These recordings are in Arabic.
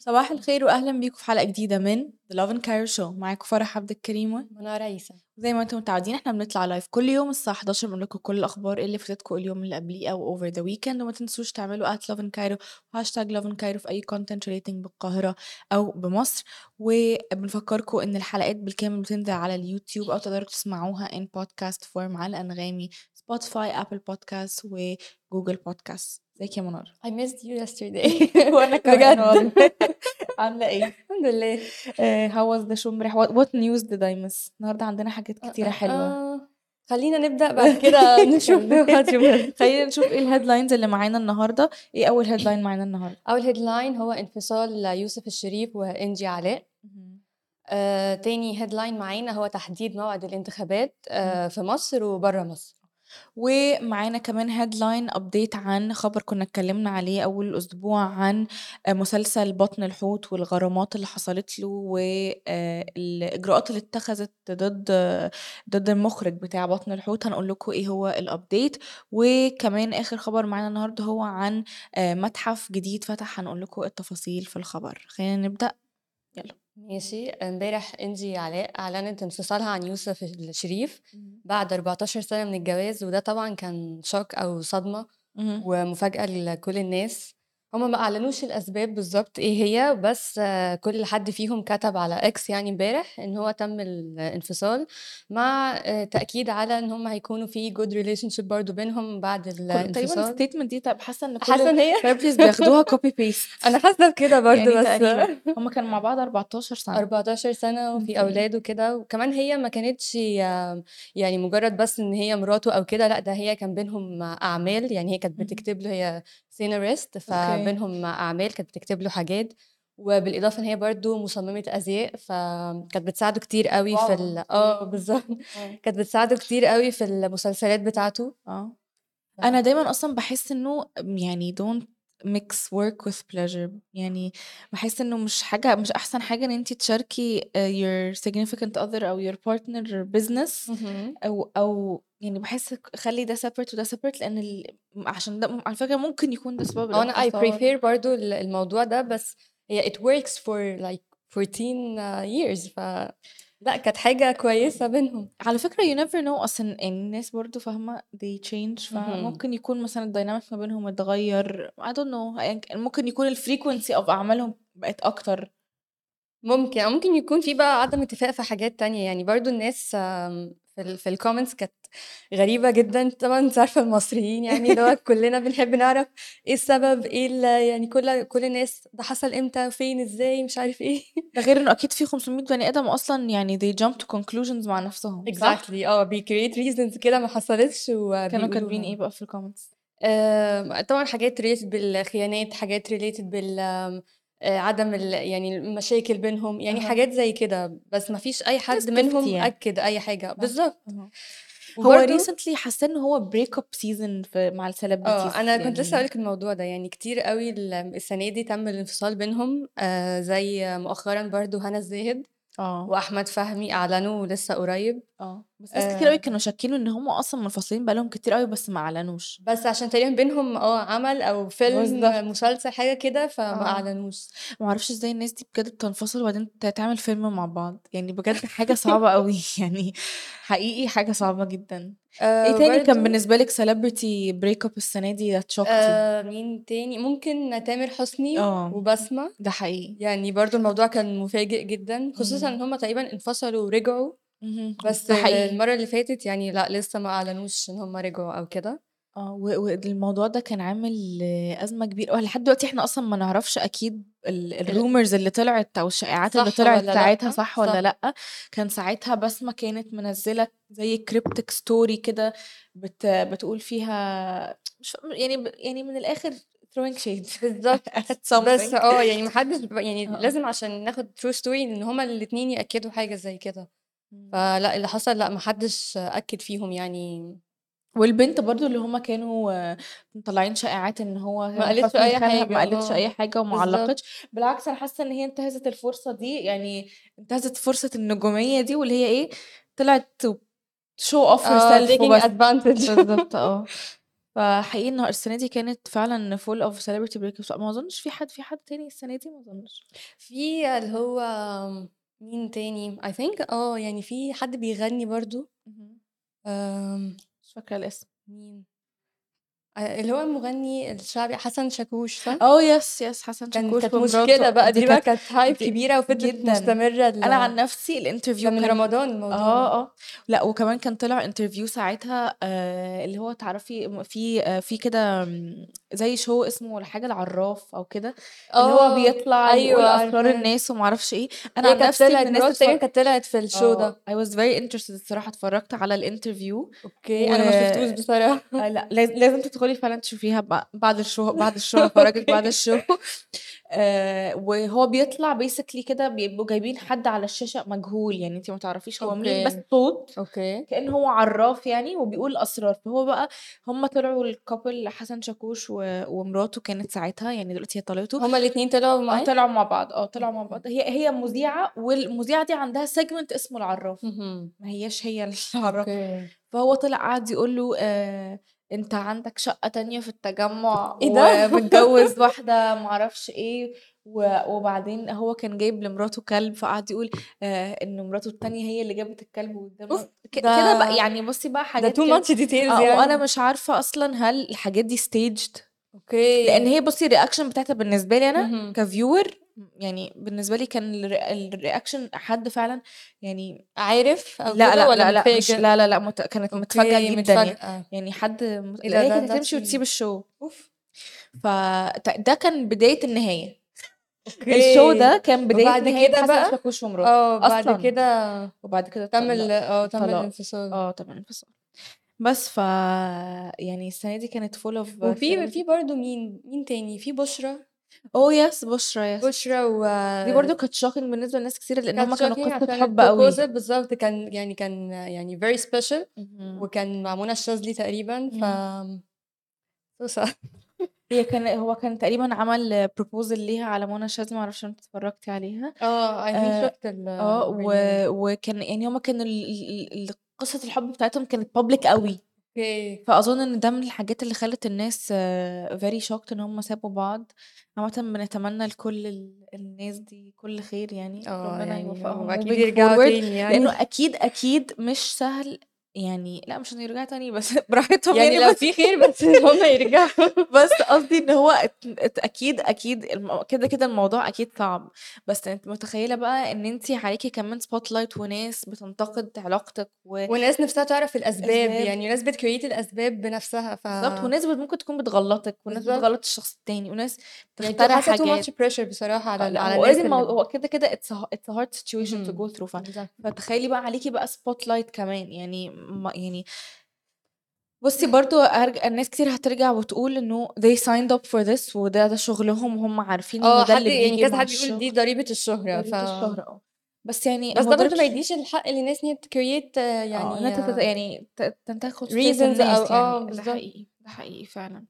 صباح الخير واهلا بيكم في حلقه جديده من The Love and Cairo Show. معاكم فرح عبد الكريم. منى رئيسة. زي ما انتم متعودين احنا بنطلع لايف كل يوم الساعه 11 بنقول لكم كل الاخبار اللي فاتتكم اليوم اللي قبليه او over the weekend. وما تنسوش تعملوا @Love and Cairo وهاشتاج Love and Cairo في اي content relating بالقاهره او بمصر. وبنفكركم ان الحلقات بالكامل بتنزل على اليوتيوب او تقدروا تسمعوها in podcast form على انغامي سبوتيفاي ابل بودكاست وجوجل بودكاست. ازيك يا منار؟ I missed you yesterday. وانا كمان بجد. والله. عامله ايه؟ الحمد لله. how was the show امبارح؟ what news did I miss؟ النهارده عندنا حاجات كتيره حلوه. خلينا نبدأ بعد كده نشوف هاتشوف. خلينا نشوف ايه الهيدلاينز اللي معانا النهارده. ايه اول هيدلاين معانا النهارده؟ أول هيدلاين هو انفصال يوسف الشريف وإنجي علاء. تاني هيدلاين معانا هو تحديد موعد الانتخابات في مصر وبره مصر. ومعانا كمان هيدلاين ابديت عن خبر كنا اتكلمنا عليه اول اسبوع عن مسلسل بطن الحوت والغرامات اللي حصلت له والاجراءات اللي اتخذت ضد المخرج بتاع بطن الحوت. هنقول لكم ايه هو الابديت. وكمان اخر خبر معانا النهارده هو عن متحف جديد فتح. هنقول لكم التفاصيل في الخبر. خلينا نبدأ. يلا. ماشي. امبارح إنجي علاء أعلنت انفصالها عن يوسف الشريف بعد 14 سنة من الجواز، وده طبعا كان شوك أو صدمة ومفاجأة لكل الناس. هما ما أعلنوش الأسباب بالظبط إيه هي، بس كل حد فيهم كتب على إكس يعني امبارح إن هو تم الانفصال، مع تأكيد على إن هما هيكونوا في good relationship برضو بينهم بعد تقريبا الانفصال. الستيتمنت دي حاسه ان حاسة كل إن هي الثيرابيز بياخدوها كوبي بيست. أنا حاسة بكده برضو، يعني بس تقريبا هما كانوا مع بعض 14 سنة. 14 سنة وفي اوكي. أولاد وكده، وكمان هي ما كانتش يعني مجرد بس إن هي مراته أو كده، لأ ده هي كان بينهم أعمال، يعني هي كانت بتكتب له، هي سيناريست، اوكي. فبينهم أعمال كانت بتكتب له حاجات، وبالإضافة إن هي برضو مصممة أزياء، فكانت بتساعده كتير قوي في بالظبط. كانت بتساعده كتير قوي في المسلسلات بتاعته. انا دايما اصلا بحس انه يعني don't mix work with pleasure. يعني بحس انه مش احسن حاجة ان انتي تشاركي your significant other او your partner business او يعني بحس خلي ده separate وده separate لان عشان ده على فكرة ممكن يكون ده سبب أنا I الانفصال. prefer برضو الموضوع ده، بس هي it works for like 14 years، لا كانت حاجة كويسة بينهم. على فكرة you never know اصلا يعني الناس برضو فاهمة they change فممكن يكون مثلا الديناميك ما بينهم اتغير. I don't know يعني ممكن يكون الفريكونسي of اعمالهم بقت اكتر. ممكن يكون في بقى عدم اتفاق في حاجات تانية، يعني برضو الناس في الكومنتس كانت غريبة جدا. طبعا انت عارفة المصريين يعني اللي هو كلنا بنحب نعرف ايه السبب، ايه يعني كل الناس ده حصل امتى فين ازاي مش عارف ايه. ده غير انه اكيد في 500 بني ادم اصلا يعني they jump to conclusions مع نفسهم صح؟ exactly بيكريت reasons كده ما حصلتش كانوا كاتبين وبيقولوها. ايه بقى في الكومنتس؟ طبعا حاجات ريليتد بالخيانات، حاجات ريليتد بال عدم يعني المشاكل بينهم، يعني حاجات زي كده، بس ما فيش اي حد Festivity منهم يعني. أكد اي حاجة بالظبط. هو وبرضو recently حاسه ان هو break up season مع السليبرتيز انا كنت لسه يعني. اقولك الموضوع ده، يعني كتير قوي السنة دي تم الانفصال بينهم، زي مؤخرا برضو هنا الزاهد اه واحمد فهمي اعلنوا لسه قريب. بس ناس كتير قوي كانوا شاكين ان هم اصلا منفصلين بقالهم كتير قوي بس ما اعلنوش. بس عشان تقريبا بينهم عمل او فيلم بالظبط. مسلسل حاجة كده، فما اعلنوش. ما اعرفش ازاي الناس دي بجد بتنفصل وبعدين تعمل فيلم مع بعض. يعني بجد حاجة صعبة قوي يعني حقيقي حاجة صعبة جدا. ايه تاني كان برضو بالنسبة لك celebrity break up السنة دي that shocked you؟ مين تاني؟ ممكن تامر حسني اه وبسمة. ده حقيقي. يعني برضو الموضوع كان مفاجئ جدا، خصوصا ان هما تقريبا انفصلوا ورجعوا، بس ده حقيقي. المرة اللي فاتت يعني لا لسه ما اعلنوش ان هما رجعوا او كده. والموضوع ده كان عامل أزمة كبيرة لحد دلوقتي. احنا أصلا ما نعرفش أكيد الرومرز اللي طلعت أو الشائعات اللي صح طلعت ولا ساعتها لا؟ صح ولا لأ. كان ساعتها بسمة كانت منزلة زي كريبتك ستوري كده بتقول فيها مش يعني يعني من الآخر throwing shade بالظبط. at بس something. يعني محدش يعني اه لازم عشان ناخد true story ان هما الاتنين يأكدوا حاجة زي كده، مم. فلا اللي حصل لا محدش أكد فيهم يعني. والبنت برضو اللي هما كانوا مطلعين شائعات ان هو ما تامر قالتش حسني اي خانها ما حاجة. قالتش اي حاجه وما بالظبط. علقتش. بالعكس انا حاسه ان هي انتهزت الفرصه دي يعني انتهزت فرصه النجوميه دي واللي هي ايه طلعت شو اوف هير سيلف taking وبس. advantage. بالظبط فحقيقي إن السنة دي كانت فعلًا full of celebrity breakups. ما أظنش في حد تاني السنة دي، ما أظنش. في اللي هو مين تاني I think يعني في حد بيغني برضه مش فاكرة الاسم. مين اللي هو المغني الشعبي حسن شاكوش صح؟ يس حسن شاكوش كانت ومراته. مشكلة بقى، دي دي بقى كانت كانت hype دي كبيرة وفضلت جدًا. مستمرة أنا عن نفسي ده الinterview من كان رمضان الموضوع ده. لأ، وكمان كان طلع interview ساعتها اللي هو تعرفي في كده زي show اسمه الحاجة العراف أو كده، اللي هو بيطلع أيوه يقول أسرار عارفاه. الناس وما أعرفش إيه. أنا هي عن كانت نفسي من طلعت الناس مراته تقريبًا كانت طلعت في الshow ده. I was very interested الصراحة. اتفرجت على الinterview أوكي، و أنا ما شُفتوش بصراحة. لأ، لازم تدخلي فعلًا تشوفيها بعد الshow هافرجِك بعد أوكي. الshow. وهو بيطلع basically كده بيبقوا جايبين حد على الشاشة مجهول، يعني أنتِ ما تعرفيش هو مين، بس أوكي، صوت أوكي. كأنه هو عرّاف يعني وبيقول أسرار. فهو بقى هم طلعوا الcouple حسن شاكوش ومراته كانت ساعتها، يعني دلوقتي هي طليقته. هُم الاتنين طلعوا معاه؟ طلعوا مع بعض. طلعوا مع أوكي. بعض. هي مذيعة، والمذيعة دي عندها segment اسمه العرّاف، اهم. ما هياش هي العرّافة. أوكي. فهو طلع قعد يقول له أنت عندك شقة تانية في التجمُّع إيه ده؟ ومتجوّز واحدة ما أعرفش إيه. وبعدين هو كان جايب لمراته كلب، فقعد يقول إن مراته التانية هي اللي جابت الكلب أوف! كده بقى. يعني بُصّي بقى ده حاجات too كده. much details وأنا يعني. مش عارفة أصلًا هل الحاجات دي staged، لإن أوكي. هي بُصّي الreaction بتاعتها بالنسبة لي أنا اهم. كviewer، يعني بالنسبة لي كان الreaction حد فعلًا يعني عارف أو لأ، كده لأ، والّا لأ، لأ، مش متفاجئ؟ لا، كانت متفاجئة أوكي، جدًا يعني. متفاجأة. يعني حد إيه لإن ده، هي ده كانت ده هتمشي وتسيب تصميم. الshow. أوف! ده كان بداية النهاية. الshow أوكي. ده كان بداية وبعد نهاية كده حسن بقى شاكوش ومراته بعد أصلًا. كده وبعد كده تم تم الطلاق. الانفصال. تم الانفصال. بس يعني السنة دي كانت full of وفي celebrity. برضه مين تاني؟ في بُشرى. yes بُشرى yes. بُشرى دي برضه كانت shocking بالنسبة لناس كتيرة، لإن كانت هُم كانوا shocking قصة عشان حب أوي. الproposal بالضبط كان very special اهم. وكان مع منى الشاذلي تقريبًا إمم. so sad. هو كان تقريبًا عمل proposal ليها على منى الشاذلي، ما أعرفش لو أنتِ اتفرجتِ عليها. I think شُفت و البرنامج. وكان يعني هُم كان قصة الحب بتاعتهم كانت public أوي. أوكي. فأظن إن ده من الحاجات اللي خلّت الناس very shocked إن هُم سابوا بعض. عامةً بنتمنى لكل الناس دي كل خير يعني، ربنا يعني يوفقهم وأكيد moving يرجعوا forward. تاني يعني. لإنه أكيد مش سهل يعني. لأ، مش إنه يرجعوا تاني بس براحتهم يعني يعني. لو بس في خير بس هُم يرجعوا. بس قصدي إن هو أكيد كده الموضوع أكيد صعب. بس أنتِ متخيلة بقى إن أنتِ عليكِ كمان spotlight وناس بتنتقد علاقتِك وناس نفسها تعرف الأسباب، أسباب. يعني ناس بتcreate الأسباب بنفسها بالضبط. وناس ممكن تكون بتغلّطِك، وناس بالضبط. بتغلّط الشخص التاني، وناس يعني بتخترع حاسة too much حاجات. pressure بصراحة لأ، على هو already الناس اللي هو كده it's a hard situation to اهم. go through. بالضبط. فتخيلي بقى عليكِ بقى spotlight كمان. يعني يعني بُصّي برضه الناس كتير هترجع وتقول إنه they signed up for this، ده شغلهم وهُم عارفين إنه ده حد اللي يعني بييجي كذا مع حد بيقول دي الشغل. ضريبة الشهرة ضريبة الشهرة. بس يعني بس هو ده ضريبة برضه ما يدّيش الحق للناس إن هي تcreate إن يعني أنت يعني تنتهك خصوصية reasons أو الناس يعني. ده بالضبط. حقيقي، ده حقيقي فعلًا.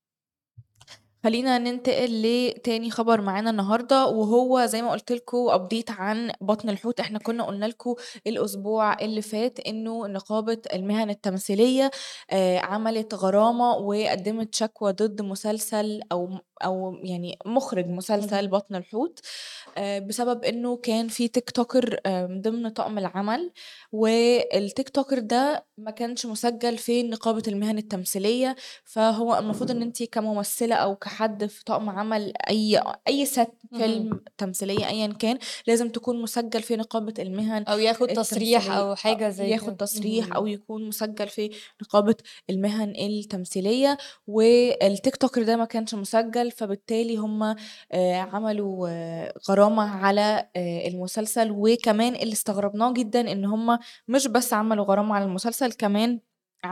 خلّينا ننتقل لتاني خبر معانا النهارده، وهو زي ما قُلت لكم update عن بطن الحوت. إحنا كنا قُلنا لكم الأسبوع اللي فات إنه نقابة المهن التمثيلية عملت غرامة وقدّمت شكوى ضد مسلسل أو يعني مُخرج مسلسل اهم. بطن الحوت، بسبب إنه كان في تيك توكر من ضمن طاقم العمل، والتيك توكر ده ما كانش مسجّل في نقابة المهن التمثيلية. فهو المفروض إن أنتِ كممثلة أو كحد في طاقم عمل أي set اهم. فيلم، تمثيلية أيًا كان، لازم تكون مسجّل في نقابة المهن أو ياخد تصريح التمثيلية. أو حاجة زي ياخد كده. تصريح اهم. أو يكون مسجّل في نقابة المهن التمثيلية. والتيك توكر ده ما كانش مسجّل، فبالتالي هُم عملوا غرامة على المسلسل. وكمان اللي استغربناه جدًا إن هُم مش بس عملوا غرامة على المسلسل، كمان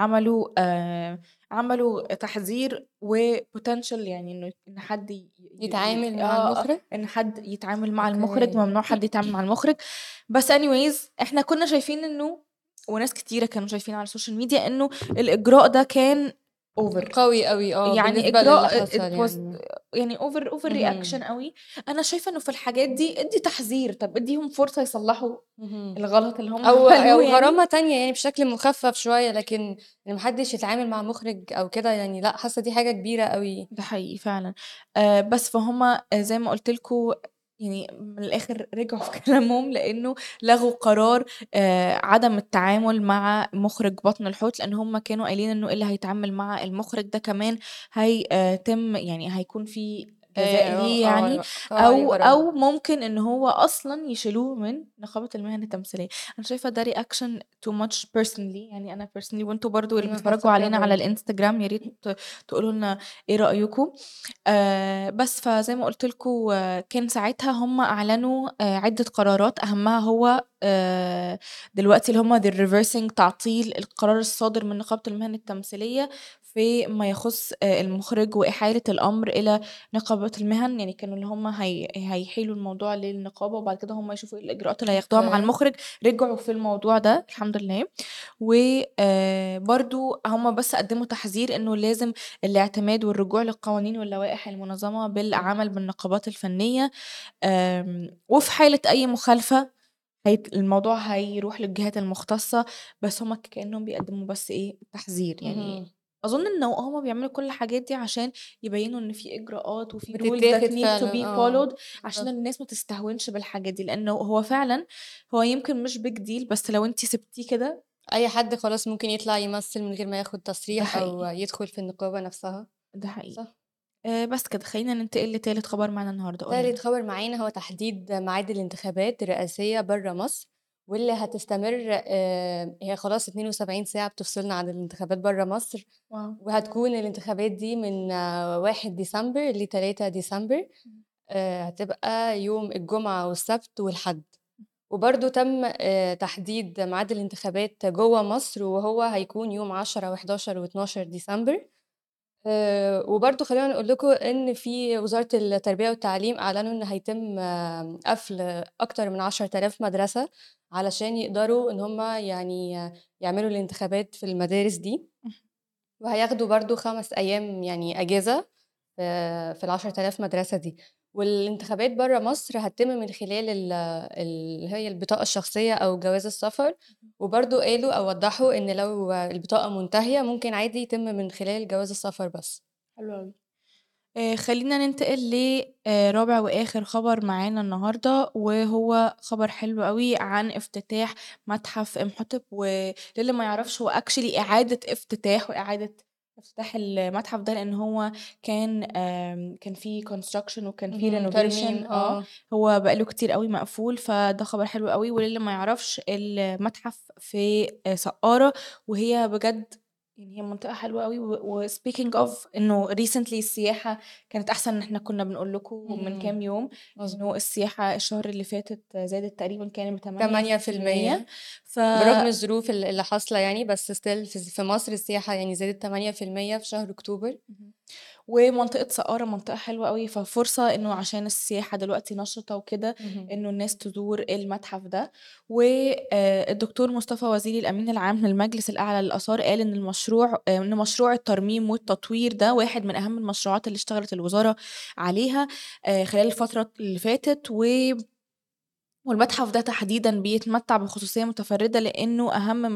عملوا تحذير وpotential، يعني إن حد يتعامل مع المُخرج؟ إن حد يتعامل مع المُخرج. أوكي. ممنوع حد يتعامل مع المُخرج. بس anyways إحنا كنا شايفين إنه، وناس كتيرة كانوا شايفين على السوشيال ميديا إنه الإجراء ده كان over. قوي أوي يعني بالنسبة للي إجراء حصل it was يعني. يعني over اهم، reaction أوي. أنا شايفة إنه في الحاجات دي ادّي تحذير، طَب ادّيهم فرصة يصلّحوا اهم. الغلط اللي هم أو عملوه يعني. غرامة تانية يعني بشكل مخفف شوية، لكن إن ما حدش يتعامل مع مُخرج أو كده يعني لأ، حاسة دي حاجة كبيرة أوي. ده حقيقي فعلًا. بس فهُم زي ما قُلت لكم يعني من الآخر رجعوا في كلامهم، لإنه لغوا قرار عدم التعامل مع مُخرج بطن الحوت، لإن هُم كانوا قايلين إنه اللي هيتعامل مع المُخرج ده كمان تم يعني هيكون في جزاء ليه يعني، عليه غرامة. أو ممكن إن هو أصلًا يشيلوه من نقابة المهن التمثيلية. أنا شايفة ده reaction too much personally، يعني أنا personally، وأنتم برضه اللي أنا حاسة بتتفرّجوا كده علينا على برضه. الإنستجرام يا ريت تقولوا لنا إيه رأيكم. بس فزي ما قُلت لكم كان ساعتها هم أعلنوا عدة قرارات أهمها هو دلوقتي اللي هم reversing تعطيل القرار الصادر من نقابة المهن التمثيلية فيما يخُص المُخرِج وإحالة الأمر إلى نقابة المهن، يعني كانوا اللي هم هيحيلوا الموضوع للنقابة وبعد كده هم يشوفوا إيه الإجراءات اللي هياخدوها مع أوكي. المُخرِج. رجعوا في الموضوع ده الحمد لله. و برضه هم بس قدّموا تحذير إنه لازم الاعتماد والرجوع للقوانين واللوائح المنظمة اهم. بالعمل بالنقابات الفنية. وفي حالة أي مخالفة الموضوع هيروح للجهات المختصة، بس هُم كأنهم بيقدّموا بس إيه، تحذير يعني. اهم. أظن إنه هُم بيعملوا كل الحاجات دي عشان يبيّنوا إن في إجراءات وفي rules that بتتاخد need to فعلًا be followed عشان بالضبط. الناس ما تستهونش بالحاجات دي، لإنه هو فعلًا هو يمكن مش big deal بس لو أنتِ سِبتيه كده. أي حد خلاص ممكن يطلع يمثّل من غير ما ياخد ده تصريح أو حقيقي، يدخل في النقابة نفسها. ده حقيقي. صح. بس كده خلّينا ننتقل لتالت خبر معانا النهارده، قولي تالت لنا. خبر معانا هو تحديد ميعاد الانتخابات الرئاسية برّه مصر، واللي هتستمر هي خلاص 72 ساعة بتفصلنا عن الانتخابات برّه مصر، واو! وهتكون الانتخابات دي من 1 ديسمبر ل3 ديسمبر، إمم. هتبقى يوم الجمعة والسبت والحد. وبرضه تم تحديد ميعاد الانتخابات جوّه مصر، وهو هيكون يوم 10 و11 و12 ديسمبر. وبرضه خلّينا نقول لكم إن في وزارة التربية والتعليم أعلنوا إن هيتم قفل أكتر من 10,000 مدرسة، علشان يقدروا إن هم يعني يعملوا الانتخابات في المدارس دي، إمم. وهياخدوا برضه 5 أيام يعني أجازة في ال10,000 مدرسة دي. والانتخابات برّه مصر هتتم من خلال اللي هي البطاقة الشخصية أو جواز السفر، وبرضه قالوا أو وضّحوا إن لو البطاقة منتهية ممكن عادي يتم من خلال جواز السفر بس. حلو أوي. خلّينا ننتقل رابع وآخر خبر معانا النهارده، وهو خبر حلو أوي عن افتتاح متحف إمحotep. وللي ما يعرفش هو actually إعادة افتتاح وإعادة افتتاح المتحف ده، لإن هو كان في construction وكان في اهم، ترميم renovation. هو بقى له كتير أوي مقفول، فده خبر حلو أوي. وللي ما يعرفش المتحف في سقّارة، وهي بجد يعني هي منطقة حلوة أوي. وspeaking of إنه recently السياحة كانت أحسن من إحنا كنا بنقول لكم من اهم، كام يوم، إنه مضبوط. السياحة الشهر اللي فاتت زادت تقريبًا كانت ب8%. 8% ف برغم الظروف اللي حاصلة يعني، بس still في مصر السياحة يعني زادت 8% في شهر أكتوبر. اهم. ومنطقة سقّارة منطقة حلوة أوي، ففرصة إنه عشان السياحة دلوقتي نشطة وكده، اهم. إنه الناس تزور المتحف ده. و الدكتور مصطفى وزيري الأمين العام للمجلس الأعلى للآثار قال إن مشروع الترميم والتطوير ده واحد من أهم المشروعات اللي اشتغلت الوزارة عليها خلال الفترة اللي فاتت. والمتحف ده تحديدًا بيتمتع بخصوصية متفردة لإنه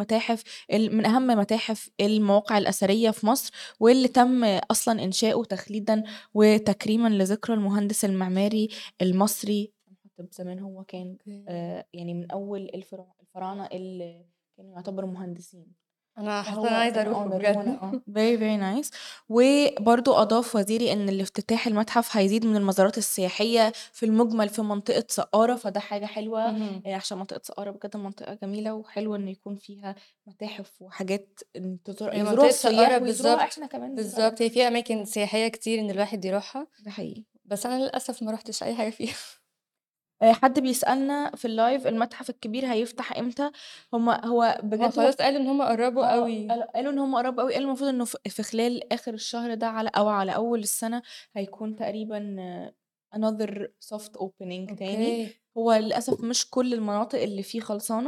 من أهم متاحف المواقع الأثرية في مصر، واللي تم أصلًا إنشاؤه تخليدًا وتكريمًا لذكرى المهندس المعماري المصري إمحاطب. زمان هو كان أوكي. يعني من أول الفراعنة اللي كانوا يعتبروا مهندسين. أنا حاسة إن أنا فهو عايزة in أروحه honor بجد. وأنا very very nice. وبرضه أضاف وزيري إن الافتتاح المتحف هيزيد من المزارات السياحية في المُجمل في منطقة سقّارة، فده حاجة حلوة. اهم. عشان منطقة سقّارة بجد منطقة جميلة وحلو إن يكون فيها متاحف وحاجات إن هي يزوروها منطقة سقّارة السياح ويزوروها بالضبط، إحنا كمان نزورها. بالضبط. هي فيها أماكن سياحية كتير إن الواحد يروحها، ده حقيقي. بس أنا للأسف ما رُحتش أي حاجة فيها. حد بيسألنا في الlive المتحف الكبير هيفتح إمتى؟ هو هُم بجد خلاص قالوا إن هُم قرّبوا أوي. قالوا إن هم قرّبوا أوي. قالوا المفروض إنه في خلال آخر الشهر ده أو على أول السنة هيكون تقريبًا another soft opening تاني. أوكي. هو للأسف مش كل المناطق اللي فيه خلصانة،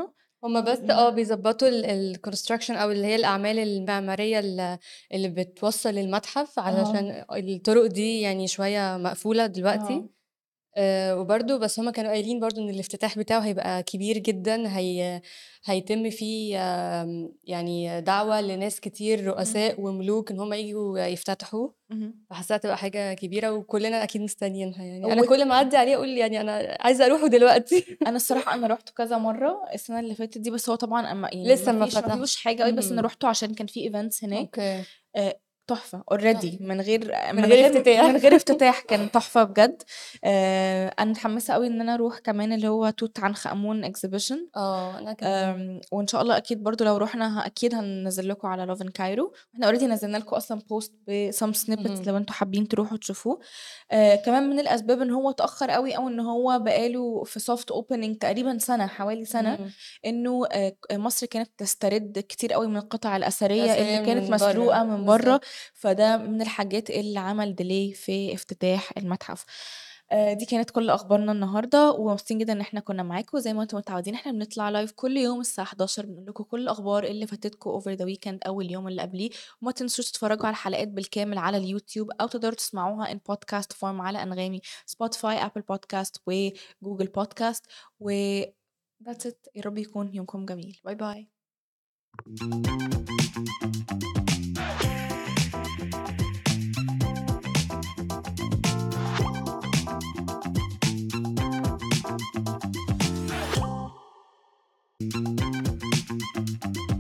هُم بس بيضبّطوا الconstruction أو اللي هي الأعمال المعمارية اللي بتوصّل للمتحف، علشان الطرق دي يعني شوية مقفولة دلوقتي. وبرضه بس هُم كانوا قايلين برضه إن الافتتاح بتاعه هيبقى كبير جدًا، هيتم فيه يعني دعوة لناس كتير رؤساء وملوك إن هُم ييجوا يفتتحوه، فحاسّاها هتبقى حاجة كبيرة وكلّنا أكيد مستنيينها يعني. أنا كل ما أعدّي عليه أقول يعني أنا عايزة أروحه دلوقتي. أنا الصراحة أنا رُحته كذا مرّة السنة اللي فاتت دي، بس هو طبعًا يعني لسه ما ما فيهوش فتحش. حاجة أوي، بس أنا رُحته عشان كان في events هناك. أوكي. تحفة already تحفة. من غير من غير من افتتاح. غير افتتاح، كان تحفة بجد. أنا متحمسة أوي إن أنا أروح كمان اللي هو توت عنخ آمون exhibition. أنا كمان. وإن شاء الله أكيد برضه لو رُحنا أكيد هننزّل لكم على Love in Cairo، إحنا already نزّلنا لكم أصلًا post بsome snippets لو أنتم حابين تروحوا تشوفوه. كمان من الأسباب إن هو اتأخّر أوي أو إن هو بقى له في soft opening تقريبًا سَنة، حوالي سَنة، إنه مصر كانت بتسترد كتير أوي من القطع الأثرية اللي الأثرية كانت من برّه، مسروقة من برّه، بالضبط. فده من الحاجات اللي عمل delay في افتتاح المتحف. دي كانت كل أخبارنا النهارده، ومبسوطين جدًا إن إحنا كنا معاكم، زي ما أنتم متعودين إحنا بنطلع live كل يوم الساعة 11 بنقول لكم كل الأخبار اللي فاتتكم over the weekend أو اليوم اللي قبليه، وما تنسوش تتفرجوا على الحلقات بالكامل على اليوتيوب أو تقدروا تسمعوها in podcast form على أنغامي، Spotify، Apple podcast وGoogle podcast و that's it. يا رب يكون يومكم جميل. باي باي.